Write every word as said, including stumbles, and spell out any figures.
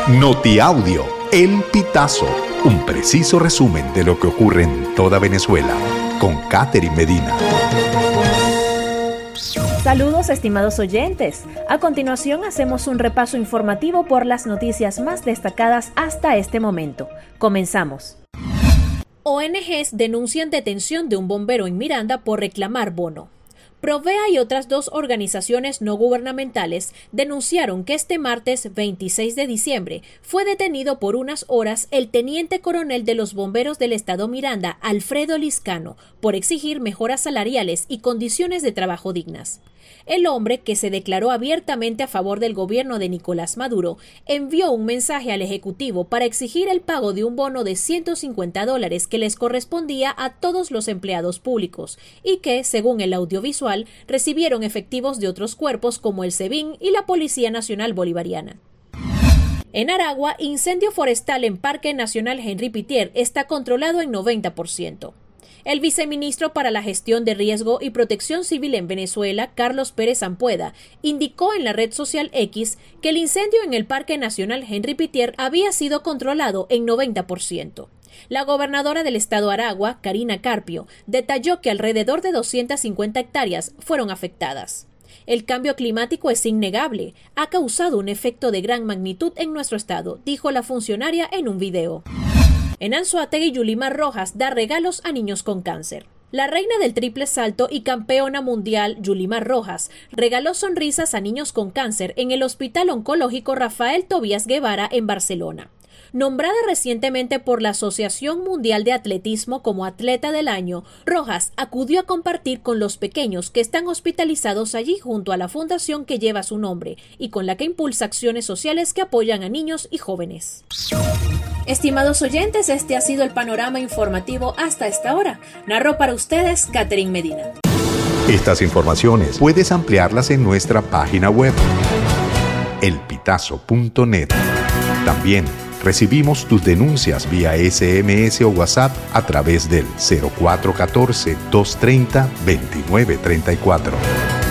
Notiaudio, El Pitazo, un preciso resumen de lo que ocurre en toda Venezuela, con Catherine Medina. Saludos, estimados oyentes. A continuación hacemos un repaso informativo por las noticias más destacadas hasta este momento. Comenzamos. O N Ges denuncian detención de un bombero en Miranda por reclamar bono. Provea y otras dos organizaciones no gubernamentales denunciaron que este martes veintiséis de diciembre fue detenido por unas horas el teniente coronel de los bomberos del estado Miranda, Alfredo Liscano, por exigir mejoras salariales y condiciones de trabajo dignas. El hombre, que se declaró abiertamente a favor del gobierno de Nicolás Maduro, envió un mensaje al Ejecutivo para exigir el pago de un bono de ciento cincuenta dólares que les correspondía a todos los empleados públicos y que, según el audiovisual, recibieron efectivos de otros cuerpos como el SEBIN y la Policía Nacional Bolivariana. En Aragua, incendio forestal en Parque Nacional Henry Pittier está controlado en noventa por ciento. El viceministro para la Gestión de Riesgo y Protección Civil en Venezuela, Carlos Pérez Ampueda, indicó en la red social X que el incendio en el Parque Nacional Henry Pittier había sido controlado en noventa por ciento. La gobernadora del estado Aragua, Karina Carpio, detalló que alrededor de doscientas cincuenta hectáreas fueron afectadas. El cambio climático es innegable, ha causado un efecto de gran magnitud en nuestro estado, dijo la funcionaria en un video. En Anzoátegui, Yulimar Rojas da regalos a niños con cáncer. La reina del triple salto y campeona mundial Yulimar Rojas regaló sonrisas a niños con cáncer en el Hospital Oncológico Rafael Tobías Guevara en Barcelona. Nombrada recientemente por la Asociación Mundial de Atletismo como Atleta del Año, Rojas acudió a compartir con los pequeños que están hospitalizados allí junto a la fundación que lleva su nombre y con la que impulsa acciones sociales que apoyan a niños y jóvenes. Estimados oyentes, este ha sido el panorama informativo hasta esta hora. Narró para ustedes Catherine Medina. Estas informaciones puedes ampliarlas en nuestra página web, el pitazo punto net. También recibimos tus denuncias vía ese eme ese o WhatsApp a través del cero cuatro uno cuatro, dos tres cero, dos nueve tres cuatro.